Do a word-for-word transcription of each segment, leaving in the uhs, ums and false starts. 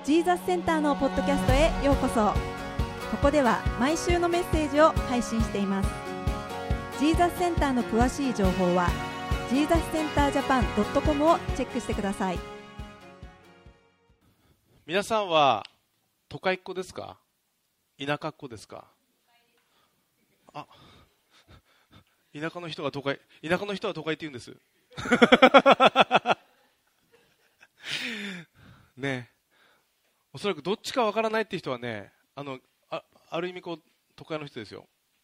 ジーザスセンターのポッドキャストへようこそ。ここでは毎週のメッセージを配信しています。ジーザスセンターの詳しい情報はジーザスセンタージャパンドットコムをチェックしてください。 皆さんは都会っ子ですか、田舎っ子ですか？あ、田舎の人が都会、田舎の人は都会って言うんですねえ、おそらくどっちかわからないって人はね、あの あ, ある意味こう都会の人ですよ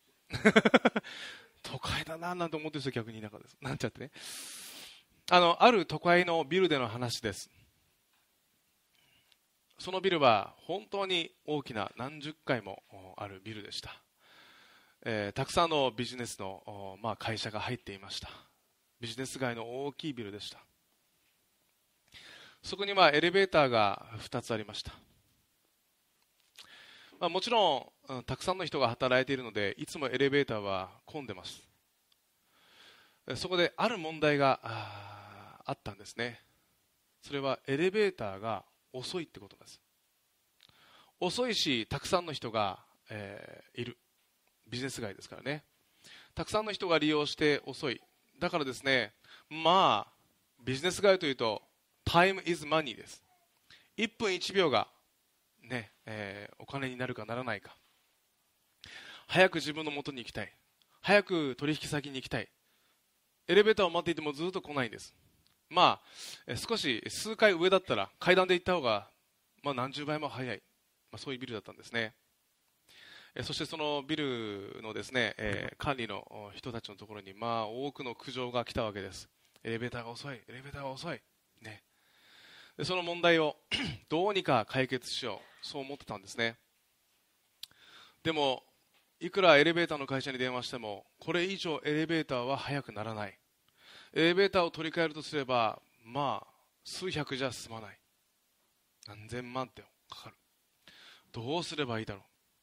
都会だななんて思ってる人は逆に田舎ですなんちゃってね。あのある都会のビルでの話です。そのビルは本当に大きな何十階もあるビルでした。えー、たくさんのビジネスの、まあ、会社が入っていました。ビジネス街の大きいビルでした。そこにはエレベーターがふたつありました。まあ、もちろん、うん、たくさんの人が働いているのでいつもエレベーターは混んでます。そこである問題が あ, あったんですね。それはエレベーターが遅いってことです。遅いしたくさんの人が、えー、いるビジネス街ですからね。たくさんの人が利用して遅い。だからですね、まあビジネス街というとタイムイズマニーです。いっぷんいちびょうがね、えー、お金になるかならないか。早く自分の元に行きたい、早く取引先に行きたい。エレベーターを待っていてもずっと来ないんです。まあ、えー、少し数階上だったら階段で行った方が、まあ、何十倍も早い、まあ、そういうビルだったんですね。えー、そしてそのビルのですね、えー、管理の人たちのところに、まあ、多くの苦情が来たわけです。エレベーターが遅い、エレベーターが遅い、ね、でその問題をどうにか解決しよう、そう思ってたんですね。でもいくらエレベーターの会社に電話してもこれ以上エレベーターは速くならない。エレベーターを取り替えるとすればまあ数百じゃ済まない。何千万ってかかる。どうすればいいだろ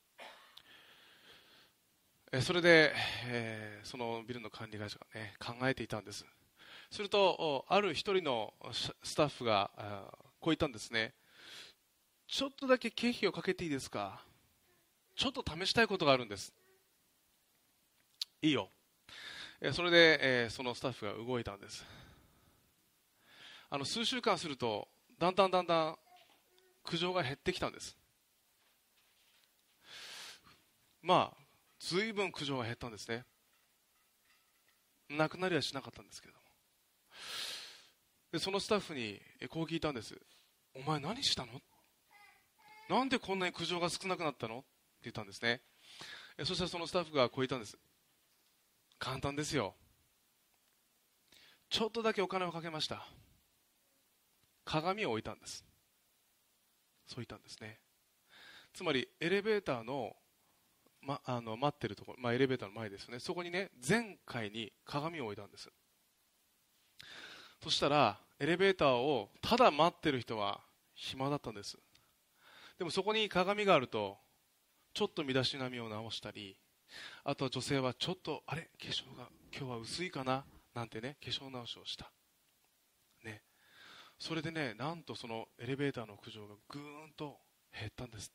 う。えそれで、えー、そのビルの管理会社が、ね、考えていたんです。するとある一人のスタッフがこう言ったんですね。ちょっとだけ経費をかけていいですか。ちょっと試したいことがあるんです。いいよ。それで、えー、そのスタッフが動いたんです。あの数週間するとだんだんだんだん苦情が減ってきたんです。まあずいぶん苦情が減ったんですね。なくなりはしなかったんですけれども。でそのスタッフにこう聞いたんです。お前何したの？なんでこんなに苦情が少なくなったのって言ったんですね。そしたらそのスタッフがこう言ったんです。簡単ですよ。ちょっとだけお金をかけました。鏡を置いたんです。そう言ったんですね。つまりエレベーターの、ま、あの待ってるところ、まあ、エレベーターの前ですよね。そこにね、全階に鏡を置いたんです。そしたらエレベーターをただ待ってる人は暇だったんです。でもそこに鏡があるとちょっと身だしなみを直したり、あとは女性はちょっとあれ化粧が今日は薄いかななんてね、化粧直しをした、ね、それでね、なんとそのエレベーターの苦情がぐーんと減ったんですって。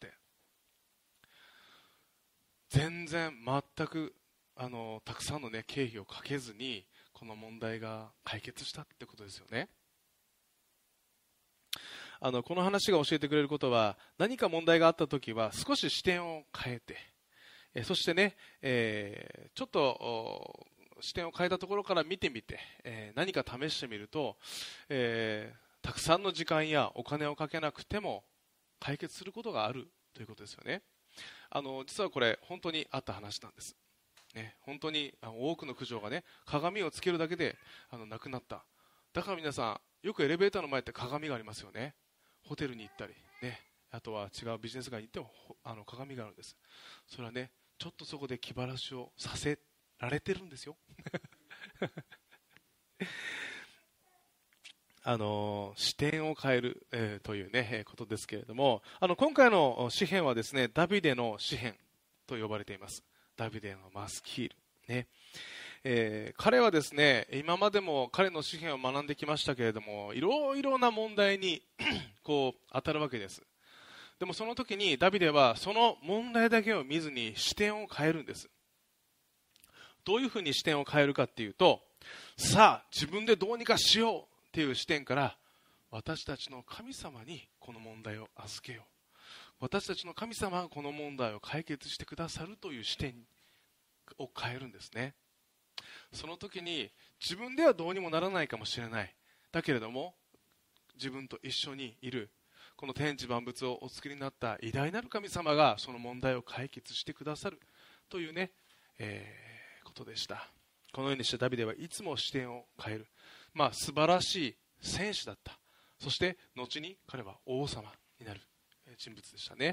全然全くあのたくさんの、ね、経費をかけずにこの問題が解決したってことですよね。あのこの話が教えてくれることは、何か問題があったときは少し視点を変えて、えそしてね、えー、ちょっと視点を変えたところから見てみて、えー、何か試してみると、えー、たくさんの時間やお金をかけなくても解決することがあるということですよね。あの実はこれ本当にあった話なんです、ね、本当に多くの苦情がね、鏡をつけるだけであのなくなった。だから皆さんよくエレベーターの前って鏡がありますよね。ホテルに行ったり、ね、あとは違うビジネス街に行ってもあの鏡があるんです。それはね、ちょっとそこで気晴らしをさせられてるんですよあの視点を変える、えー、という、ね、ことですけれども、あの今回の詩篇はですね、ダビデの詩篇と呼ばれています。ダビデのマスキール、ね、えー、彼はですね、今までも彼の詩篇を学んできましたけれども、いろいろな問題にこう当たるわけです。 でもその時にダビデはその問題だけを見ずに視点を変えるんです。どういうふうに視点を変えるかっていうと、さあ自分でどうにかしようっていう視点から、私たちの神様にこの問題を預けよう、私たちの神様がこの問題を解決してくださるという視点を変えるんですね。その時に自分ではどうにもならないかもしれない、だけれども自分と一緒にいるこの天地万物をお作りになった偉大なる神様がその問題を解決してくださるというね、えー、ことでした。このようにしてダビデはいつも視点を変える、まあ、素晴らしい戦士だった。そして後に彼は王様になる人物でしたね。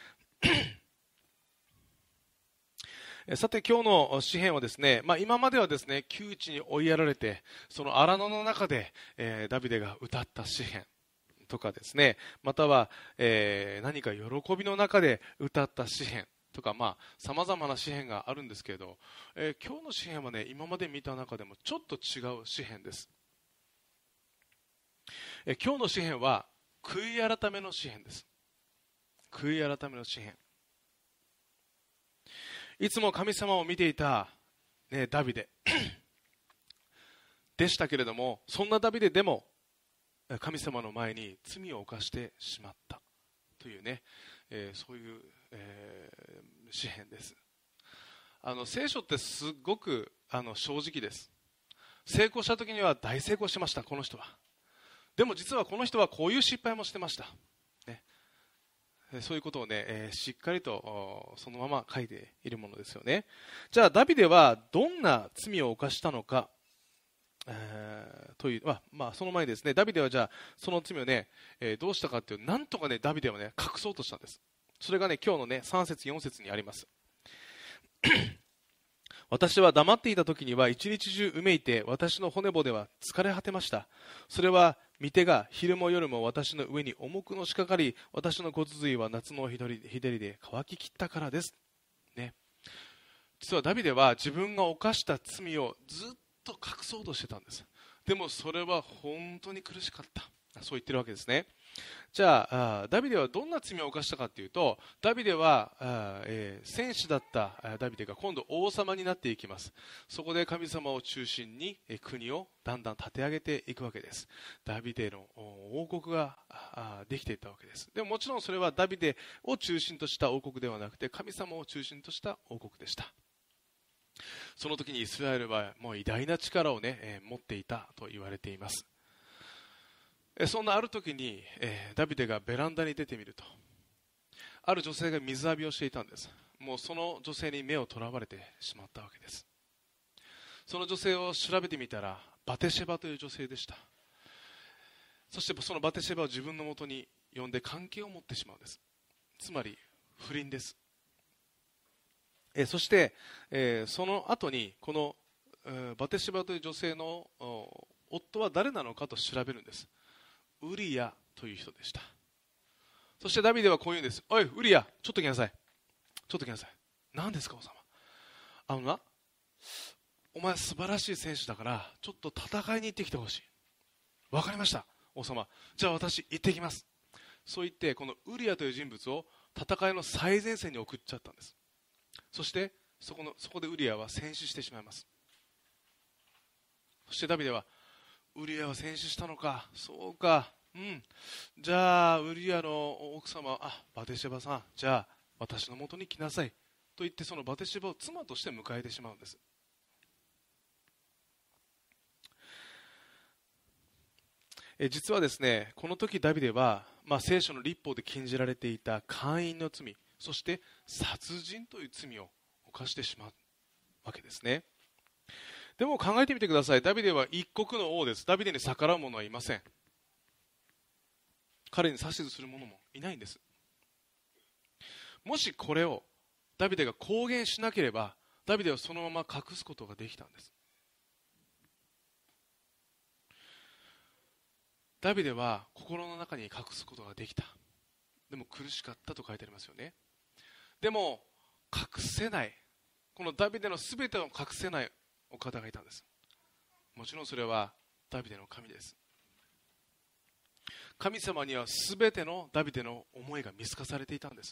さて今日の詩編はですね、まあ、今まではですね窮地に追いやられてその荒野の中で、えー、ダビデが歌った詩編とかですね、または、えー、何か喜びの中で歌った詩編とか、まあ、様々な詩編があるんですけれど、えー、今日の詩編はね今まで見た中でもちょっと違う詩編です。えー、今日の詩編は悔い改めの詩編です。悔い改めの詩編。いつも神様を見ていた、ね、ダビデでしたけれども、そんなダビデでも神様の前に罪を犯してしまったというね、えー、そういう、えー、詩編です。あの聖書ってすごくあの正直です。成功した時には大成功しました、この人は。でも実はこの人はこういう失敗もしてました、ね、そういうことをね、えー、しっかりとそのまま書いているものですよね。じゃあダビデはどんな罪を犯したのか、えー、という、まあまあ、その前にですね、ダビデはじゃあその罪をね、えー、どうしたかっていう、なんとかねダビデはね隠そうとしたんです。それがね今日のねさん節よん節にあります。私は黙っていた時には一日中うめいて、私の骨骨は疲れ果てました。それは御手が昼も夜も私の上に重くのしかかり、私の骨髄は夏の日照りで乾ききったからです、ね、実はダビデは自分が犯した罪をずっと隠そうとしてたんです。でもそれは本当に苦しかった、そう言ってるわけですね。じゃあダビデはどんな罪を犯したかというと、ダビデは、えー、戦士だったダビデが今度王様になっていきます。そこで神様を中心に国をだんだん立て上げていくわけです。ダビデの王国ができていったわけです。でももちろんそれはダビデを中心とした王国ではなくて、神様を中心とした王国でした。その時にイスラエルはもう偉大な力を、ねえー、持っていたと言われています。そんなある時に、えー、ダビデがベランダに出てみると、ある女性が水浴びをしていたんです。もうその女性に目をとらわれてしまったわけです。その女性を調べてみたらバテシェバという女性でした。そしてそのバテシェバを自分のもとに呼んで関係を持ってしまうんです。つまり不倫です。えー、そして、えー、その後にこの、えー、バテシェバという女性の夫は誰なのかと調べるんです。ウリヤという人でした。そしてダビデはこう言うんです。おいウリヤ、ちょっと来なさい、ちょっと来なさい。何ですか王様。あのな、お前素晴らしい選手だからちょっと戦いに行ってきてほしい。わかりました王様、じゃあ私行ってきます。そう言ってこのウリヤという人物を戦いの最前線に送っちゃったんです。そしてそこのそこでウリヤは戦死してしまいます。そしてダビデは、ウリヤは戦死したのか、そうか、うん、じゃあウリヤの奥様、あ、バテシェバさん、じゃあ私のもとに来なさいと言って、そのバテシェバを妻として迎えてしまうんです。え実はですね、この時ダビデは、まあ、聖書の律法で禁じられていた姦淫の罪、そして殺人という罪を犯してしまうわけですね。でも考えてみてください。ダビデは一国の王です。ダビデに逆らう者はいません。彼に指図する者もいないんです。もしこれをダビデが公言しなければ、ダビデはそのまま隠すことができたんです。ダビデは心の中に隠すことができた。でも苦しかったと書いてありますよね。でも隠せない、このダビデのすべてを隠せないお方がいたんです。もちろんそれはダビデの神です。 神様にはすべてのダビデの思いが見透かされていたんです。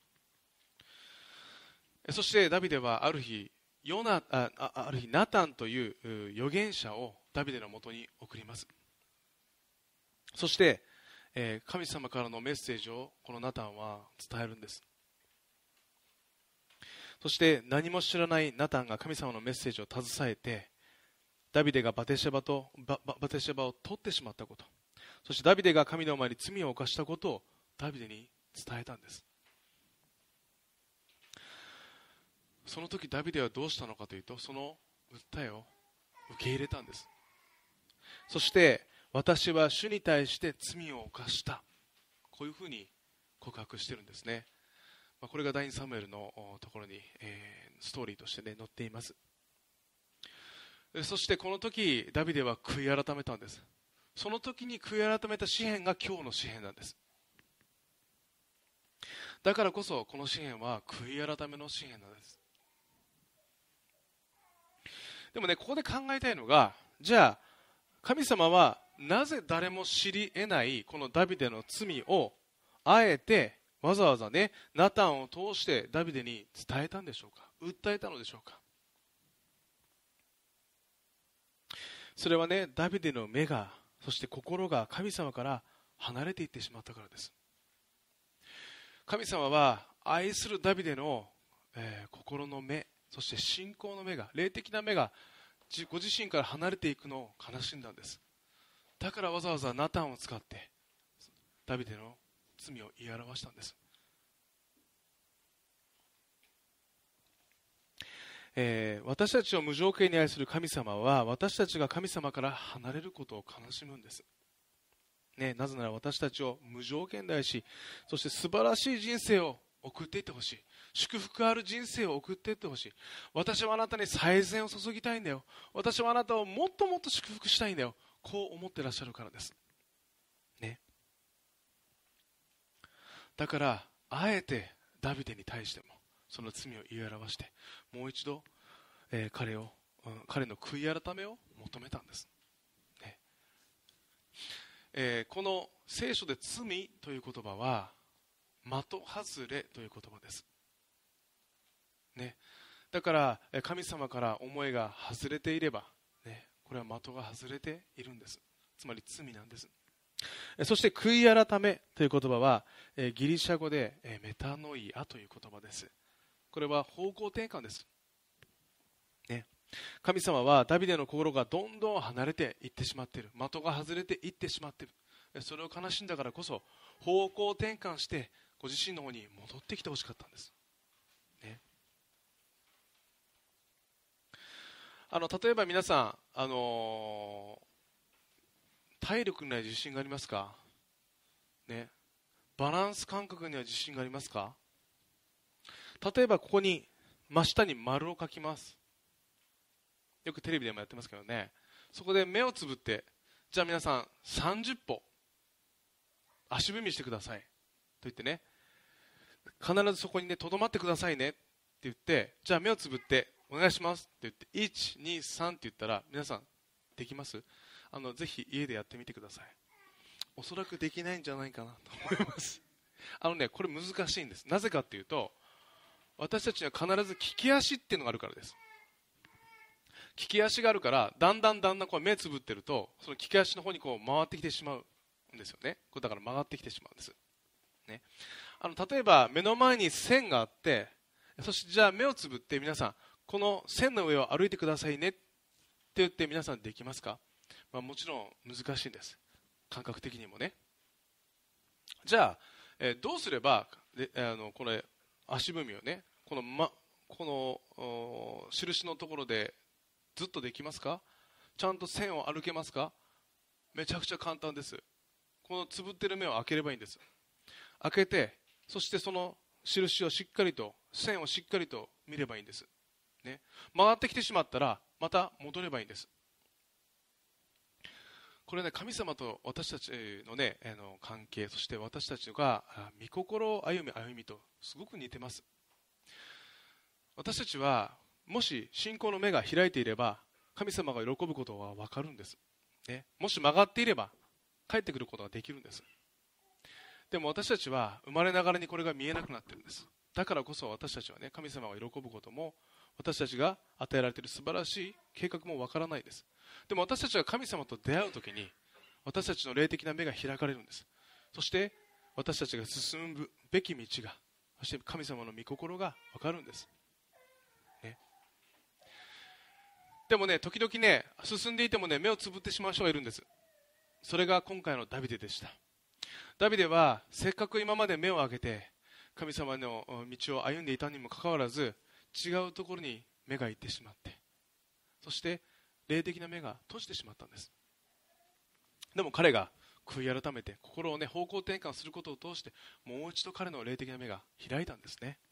そしてダビデはある日、ヨナああある日ナタンという預言者をダビデのもとに送ります。そして、えー、神様からのメッセージをこのナタンは伝えるんです。そして何も知らないナタンが神様のメッセージを携えて、ダビデがバテシェバとババテシェバを取ってしまったこと、そしてダビデが神の前に罪を犯したことをダビデに伝えたんです。その時ダビデはどうしたのかというと、その訴えを受け入れたんです。そして私は主に対して罪を犯した、こういうふうに告白しているんですね。まあ、これが第二サムエルのところに、えー、ストーリーとして、ね、載っています。そしてこの時ダビデは悔い改めたんです。その時に悔い改めた詩篇が今日の詩篇なんです。だからこそこの詩篇は悔い改めの詩篇なんです。でもね、ここで考えたいのが、じゃあ神様はなぜ誰も知り得ないこのダビデの罪をあえてわざわざね、ナタンを通してダビデに伝えたんでしょうか、訴えたのでしょうか。それはね、ダビデの目が、そして心が神様から離れていってしまったからです。神様は愛するダビデの、えー、心の目、そして信仰の目が、霊的な目がご自身から離れていくのを悲しんだんです。だからわざわざナタンを使ってダビデの罪を言い表したんです。えー、私たちを無条件に愛する神様は、私たちが神様から離れることを悲しむんです、ね、なぜなら私たちを無条件で愛し、そして素晴らしい人生を送っていってほしい、祝福ある人生を送っていってほしい、私はあなたに最善を注ぎたいんだよ、私はあなたをもっともっと祝福したいんだよ、こう思ってらっしゃるからです、ね、だからあえてダビデに対してもその罪を言い表して、もう一度、えー、彼を、うん、彼の悔い改めを求めたんです、ねえー、この聖書で罪という言葉は的外れという言葉です、ね、だから神様から思いが外れていれば、ね、これは的が外れているんです。つまり罪なんです。そして悔い改めという言葉はギリシャ語でメタノイアという言葉です。これは方向転換です、ね、神様はダビデの心がどんどん離れていってしまっている、的が外れていってしまっている、それを悲しんだからこそ方向転換してご自身の方に戻ってきてほしかったんです、ね、あの例えば皆さん、あのー、体力には自信がありますか、ね、バランス感覚には自信がありますか。例えばここに真下に丸を描きます。よくテレビでもやってますけどね。そこで目をつぶって、じゃあ皆さんさんじゅっぽ足踏みしてくださいと言ってね、必ずそこにねとどまってくださいねって言って、じゃあ目をつぶってお願いしますって言って、いち、に、さんって言ったら皆さんできます？あのぜひ家でやってみてください。おそらくできないんじゃないかなと思いますあのね、これ難しいんです。なぜかっていうと、私たちには必ず利き足っていうのがあるからです。利き足があるから、だんだんだんだんこう目つぶってると、その利き足の方にこう回ってきてしまうんですよね。これだから曲がってきてしまうんです、ね、あの例えば目の前に線があって、そしてじゃあ目をつぶって皆さんこの線の上を歩いてくださいねって言って皆さんできますか？まあ、もちろん難しいんです、感覚的にもね。じゃあ、えー、どうすればであのこれ足踏みをね、この、ま、この印のところでずっとできますか？ちゃんと線を歩けますか？めちゃくちゃ簡単です。このつぶってる目を開ければいいんです。開けて、そしてその印をしっかりと、線をしっかりと見ればいいんです、ね、曲がってきてしまったらまた戻ればいいんです。これね、神様と私たちのね、あの関係、そして私たちが御心歩み歩みとすごく似てます。私たちはもし信仰の目が開いていれば神様が喜ぶことは分かるんです、ね、もし曲がっていれば帰ってくることができるんです。でも私たちは生まれながらにこれが見えなくなっているんです。だからこそ私たちはね、神様が喜ぶことも、私たちが与えられている素晴らしい計画もわからないです。でも私たちは神様と出会うときに、私たちの霊的な目が開かれるんです。そして私たちが進むべき道が、そして神様の御心がわかるんです、ね。でもね、時々ね、進んでいてもね、目をつぶってしまう人がいるんです。それが今回のダビデでした。ダビデはせっかく今まで目を開けて神様の道を歩んでいたにもかかわらず、違うところに目が行ってしまって、そして霊的な目が閉じてしまったんです。でも彼が悔い改めて心をね、方向転換することを通して、もう一度彼の霊的な目が開いたんですね。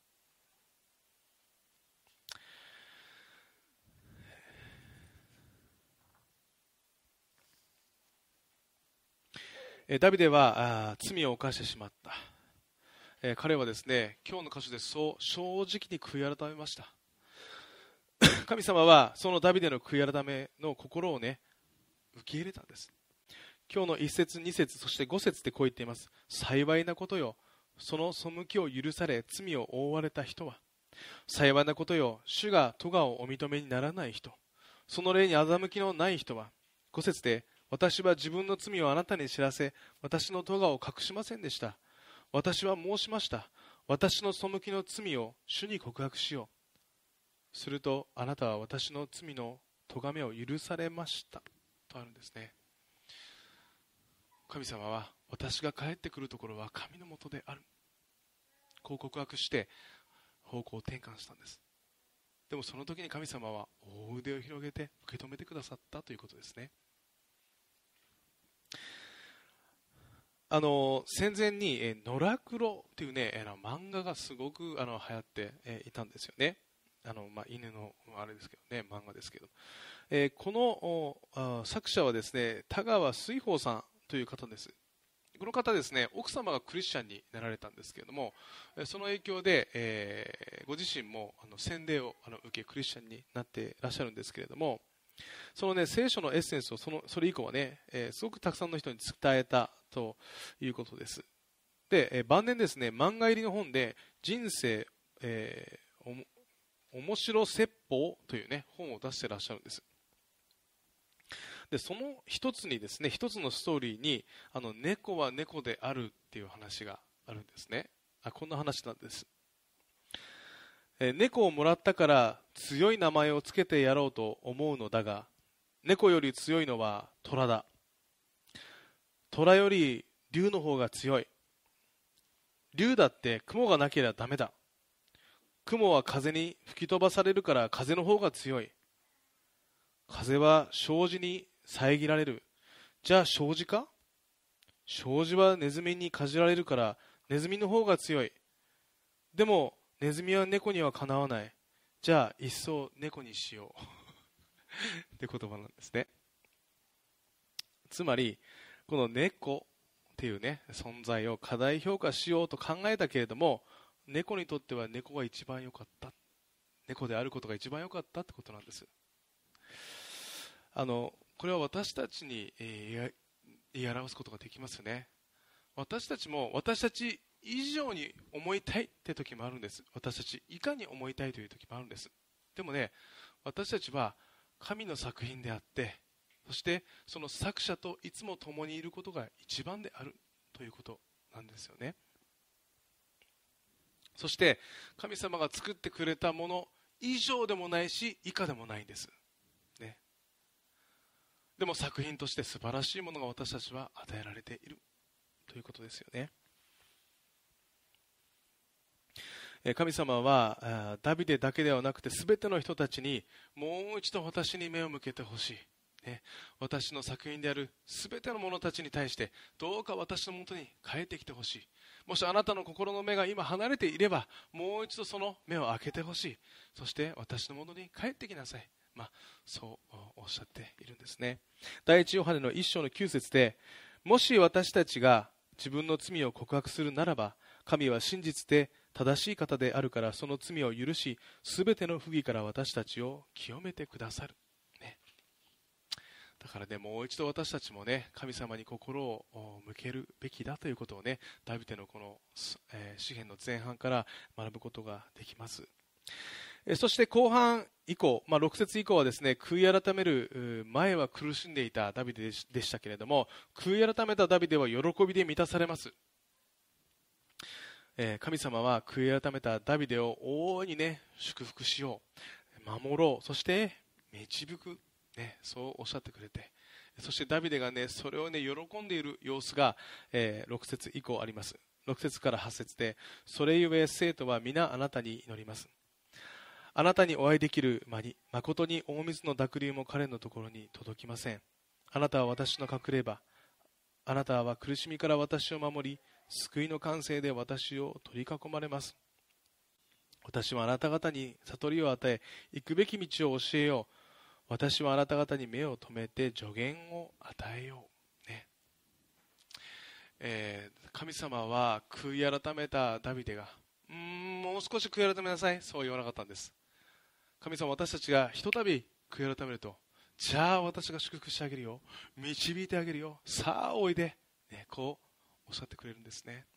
ダビデはあ罪を犯してしまった。えー、彼はですね、今日の箇所でそう正直に悔い改めました。神様はそのダビデの悔い改めの心をね、受け入れたんです。今日のいっ節に節そしてご節でこう言っています。幸いなことよ、その背きを許され罪を覆われた人は。幸いなことよ、主が咎をお認めにならない人、その霊に欺きのない人は。ご節で、私は自分の罪をあなたに知らせ、私の咎を隠しませんでした。私は申しました。私の背きの罪を主に告白しよう。するとあなたは私の罪の咎めを許されましたとあるんですね。神様は、私が帰ってくるところは神のもとである、こう告白して方向を転換したんです。でもその時に神様は大腕を広げて受け止めてくださったということですね。あの戦前にえ野良黒という、ね、漫画がすごくあの流行ってえいたんですよね。あの、まあ、犬のあれですけどね、漫画ですけど、えー、この作者はですね、田川水宝さんという方です。この方ですね、奥様がクリスチャンになられたんですけれども、その影響で、えー、ご自身もあの洗礼をあの受けクリスチャンになっていらっしゃるんですけれども、そのね、聖書のエッセンスをそのそれ以降はね、えー、すごくたくさんの人に伝えたということです。で、えー、晩年ですね、漫画入りの本で人生、えー、お面白説法というね本を出していらっしゃるんです。でその一つにですね、一つのストーリーに、あの猫は猫であるっていう話があるんですね。あ、こんな話なんです。え猫をもらったから強い名前をつけてやろうと思うのだが、猫より強いのは虎だ。虎より竜の方が強い。竜だって雲がなければダメだ。雲は風に吹き飛ばされるから風の方が強い。風は障子に遮られる。じゃあ障子か？障子はネズミにかじられるからネズミの方が強い。でもネズミは猫にはかなわない。じゃあ一層猫にしようって言葉なんですね。つまりこの猫っていうね存在を過大評価しようと考えたけれども、猫にとっては猫が一番良かった、猫であることが一番良かったってことなんです。あのこれは私たちに、えー、言い表すことができますよね。私たちも私たち以上に思いたいって時もあるんです。私たち以下に思いたいという時もあるんです。でもね、私たちは神の作品であって、そしてその作者といつも共にいることが一番であるということなんですよね。そして神様が作ってくれたもの以上でもないし以下でもないんです、ね、でも作品として素晴らしいものが私たちは与えられているということですよね。神様はダビデだけではなくて全ての人たちにもう一度私に目を向けてほしい、ね、私の作品である全ての者たちに対してどうか私のもとに帰ってきてほしい。もしあなたの心の目が今離れていればもう一度その目を開けてほしい。そして私のもとに帰ってきなさい、まあ、そうおっしゃっているんですね。第一ヨハネの一章のきゅう節で、もし私たちが自分の罪を告白するならば神は真実で正しい方であるからその罪を許しすべての不義から私たちを清めてくださる、ね、 だからね、もう一度私たちもね、神様に心を向けるべきだということをね、ダビデのこの、えー、詩篇の前半から学ぶことができます。えー、そして後半以降、まあ、ろく節以降はですね、悔い改める前は苦しんでいたダビデでしたけれども、悔い改めたダビデは喜びで満たされます。えー、神様は悔い改めたダビデを大いにね、祝福しよう、守ろう、そして導く、ね、そうおっしゃってくれて、そしてダビデがね、それをね、喜んでいる様子が、えー、ろく節以降あります。ろく節からはち節で、それゆえ生徒は皆あなたに祈ります。あなたにお会いできる間に、誠に大水の濁流も彼のところに届きません。あなたは私の隠れ場、あなたは苦しみから私を守り、救いの歓声で私を取り囲まれます。私はあなた方に悟りを与え、行くべき道を教えよう。私はあなた方に目を留めて助言を与えよう、ね。えー、神様は悔い改めたダビデが、うーん、もう少し悔い改めなさい、そう言わなかったんです。神様、私たちがひとたび悔い改めると、じゃあ私が祝福してあげるよ、導いてあげるよ、さあおいで、ね、こうおっしゃってくれるんですね。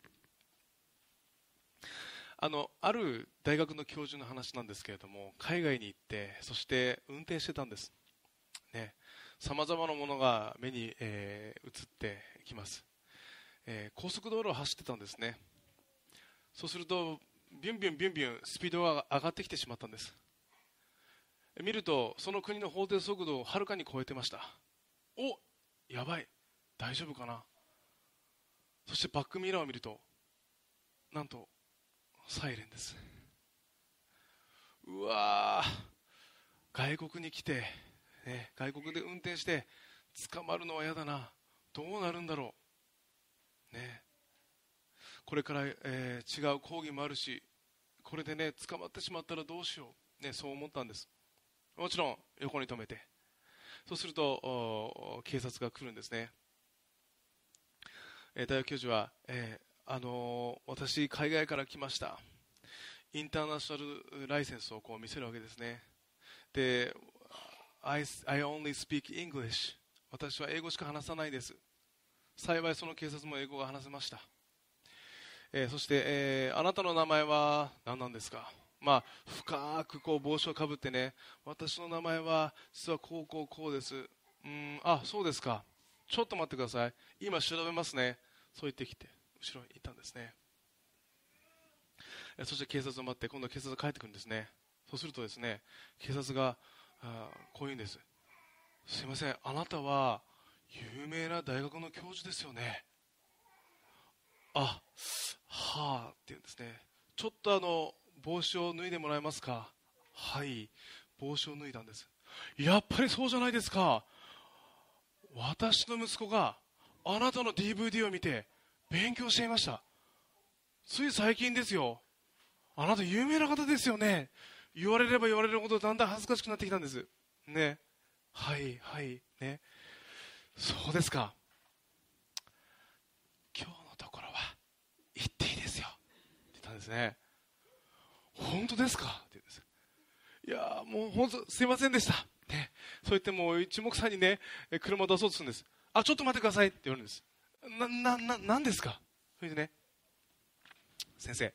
あのある大学の教授の話なんですけれども、海外に行って、そして運転してたんですね。さまざまなものが目に、えー、映ってきます、えー、高速道路を走ってたんですね。そうするとビュンビュンビュンビュンスピードが上がってきてしまったんです。見るとその国の法定速度をはるかに超えてました。お、やばい、大丈夫かな。そしてバックミラーを見ると、なんとサイレンです。うわー、外国に来て、ね、外国で運転して捕まるのは嫌だな、どうなるんだろう、ね、これから、えー、違う講義もあるし、これでね捕まってしまったらどうしよう、ね、そう思ったんです。もちろん横に止めて、そうすると警察が来るんですね。えー、大学教授は、えーあのー、私海外から来ました、インターナショナルライセンスをこう見せるわけですね。で、I, I only speak English、 私は英語しか話さないです。幸いその警察も英語が話せました。えー、そして、えー、あなたの名前は何なんですか。まあ、深くこう帽子をかぶってね、私の名前は実はこうこうこうです。うーん、あ、そうですか、ちょっと待ってください、今調べますね、そう言ってきて後ろにいたんですね。えー、そして警察を待って、今度は警察が帰ってくるんですね。そうするとですね、警察があこう言うんです。すいません、あなたは有名な大学の教授ですよね。あ、はあって言うんですね。ちょっとあの帽子を脱いでもらえますか。はい、帽子を脱いだんです。やっぱりそうじゃないですか、私の息子があなたの ディーブイディー を見て勉強していました。つい最近ですよ。あなた有名な方ですよね。言われれば言われるほどだんだん恥ずかしくなってきたんですね。はいはいね、そうですか、今日のところは言っていいですよって言ったんですね。本当ですかって言うんです。いやもう本当すいませんでした、ね、そう言ってもう一目散にね車を出そうとするんです。あ、ちょっと待ってくださいって言われるんです。な、な、な、なんですか。それでね、先生、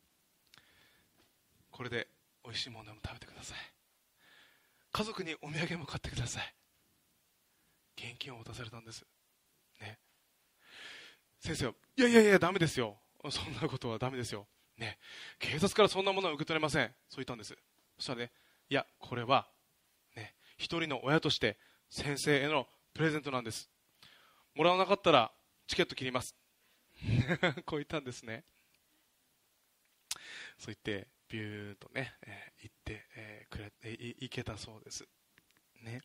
これで美味しいものも食べてください、家族にお土産も買ってください、現金を渡されたんですね。先生は、いやいやいやダメですよ、そんなことはダメですよ、ね、警察からそんなものは受け取れません、そう言ったんです。そしたらね、いやこれは、ね、一人の親として先生へのプレゼントなんです、もらわなかったらチケット切りますこう言ったんですね。そう言ってビューとね、えー、行って、えー、くれ、えー、行けたそうですね。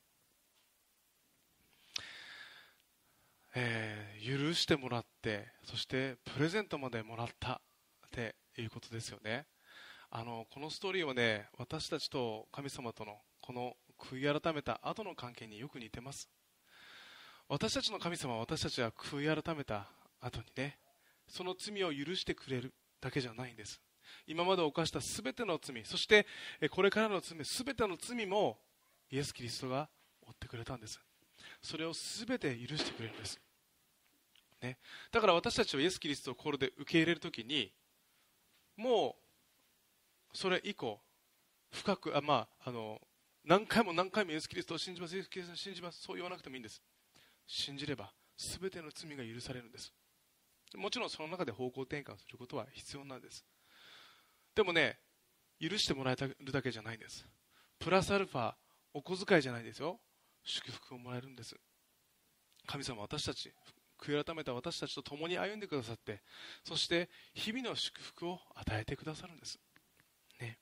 えー、許してもらって、そしてプレゼントまでもらったっていうことですよね。あのこのストーリーはね、私たちと神様とのこの悔い改めた後の関係によく似てます。私たちの神様は私たちは悔い改めた後にね、その罪を許してくれるだけじゃないんです。今まで犯したすべての罪、そしてこれからの罪、すべての罪もイエス・キリストが負ってくれたんです。 それをすべて許してくれるんです、ね、だから私たちはイエス・キリストを心で受け入れるときに、もうそれ以降深くあ、まあ、あの何回も何回もイエス・キリストを信じます、イエス・キリストを信じます、そう言わなくてもいいんです。信じればすべての罪が許されるんです。もちろんその中で方向転換することは必要なんです。でもね、許してもらえるだけじゃないんです。プラスアルファ、お小遣いじゃないですよ、祝福をもらえるんです。神様は私たち、悔い改めた私たちと共に歩んでくださって、そして日々の祝福を与えてくださるんです、ね。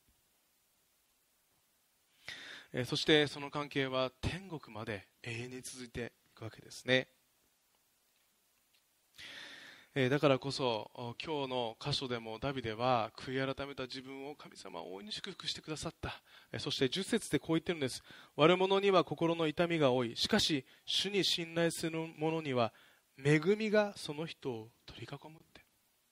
えー、そしてその関係は天国まで永遠に続いていくわけですね。えー、だからこそ今日の箇所でもダビデは悔い改めた自分を神様は大いに祝福してくださった。えー、そしてじゅっ節でこう言ってるんです。悪者には心の痛みが多い、しかし主に信頼する者には恵みがその人を取り囲むって。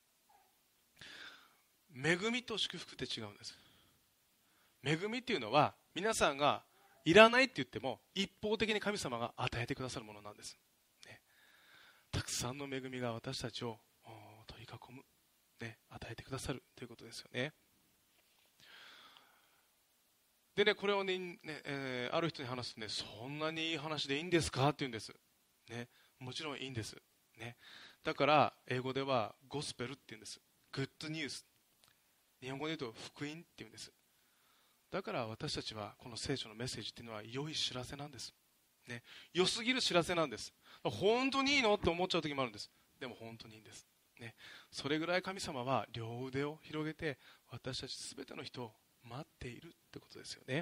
恵みと祝福って違うんです。恵みっていうのは皆さんがいらないって言っても一方的に神様が与えてくださるものなんです、ね。たくさんの恵みが私たちを取り囲む、ね、与えてくださるということですよね。でね、これをね、ねえー、ある人に話すとね、そんなにいい話でいいんですかって言うんです、ね。もちろんいいんです、ね。だから英語ではゴスペルって言うんです。グッドニュース、日本語で言うと福音って言うんです。だから私たちはこの聖書のメッセージっていうのは良い知らせなんです、ね。良すぎる知らせなんです。本当にいいのって思っちゃう時もあるんです。でも本当にいいんです、ね。それぐらい神様は両腕を広げて私たちすべての人を待っているってことですよね。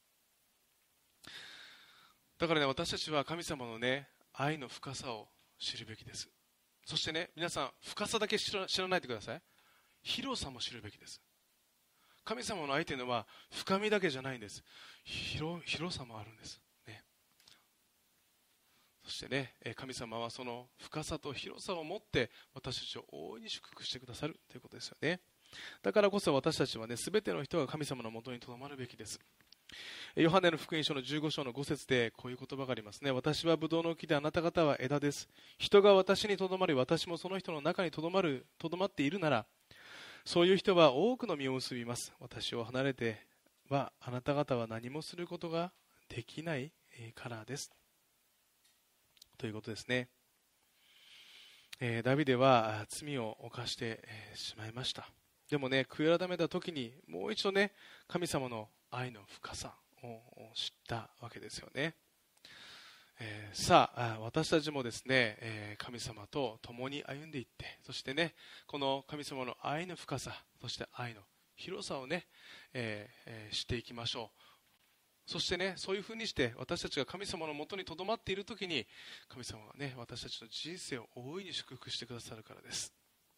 だからね、私たちは神様のね、愛の深さを知るべきです。そしてね、皆さん深さだけ知ら、知らないでください。広さも知るべきです。神様の愛というのは深みだけじゃないんです。 広, 広さもあるんです、ね。そしてね、神様はその深さと広さを持って私たちを大いに祝福してくださるということですよね。だからこそ私たちはね、すべての人が神様のもとにとどまるべきです。ヨハネの福音書のじゅうご章のご節でこういう言葉がありますね。私はブドウの木で、あなた方は枝です。人が私にとどまり、私もその人の中にとどまる、とどまっているなら、そういう人は多くの実を結びます。私を離れてはあなた方は何もすることができないからです、ということですね。えー、ダビデは罪を犯して、えー、しまいました。でもね、悔い改めた時にもう一度ね、神様の愛の深さを知ったわけですよね。えー、さあ私たちもですね、えー、神様と共に歩んでいって、そしてね、この神様の愛の深さ、そして愛の広さをね、えーえー、知っていきましょう。そしてね、そういうふうにして私たちが神様のもとにとどまっているときに、神様がね、私たちの人生を大いに祝福してくださるからです。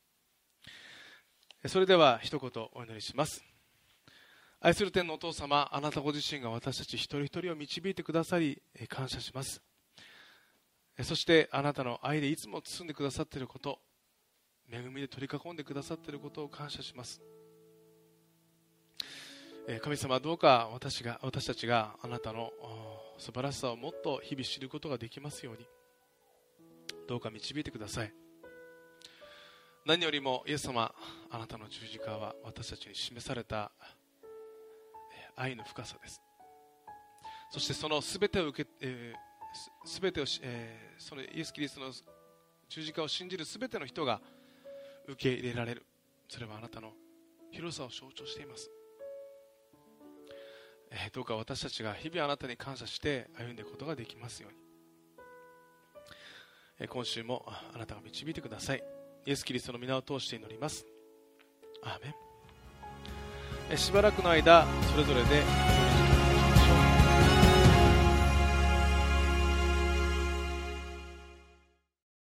それでは一言お祈りします。愛する天のお父様、あなたご自身が私たち一人一人を導いてくださり感謝します。そしてあなたの愛でいつも包んでくださっていること、恵みで取り囲んでくださっていることを感謝します。神様、どうか私が私たちがあなたの素晴らしさをもっと日々知ることができますように、どうか導いてください。何よりもイエス様、あなたの十字架は私たちに示された愛の深さです。そしてそのすべてを受け、えー、すべてを、えー、そのイエス・キリストの十字架を信じるすべての人が受け入れられる、それはあなたの広さを象徴しています。えー、どうか私たちが日々あなたに感謝して歩んでいくことができますように、えー、今週もあなたが導いてください。イエス・キリストの皆を通して祈ります。アーメン。しばらくの間それぞれで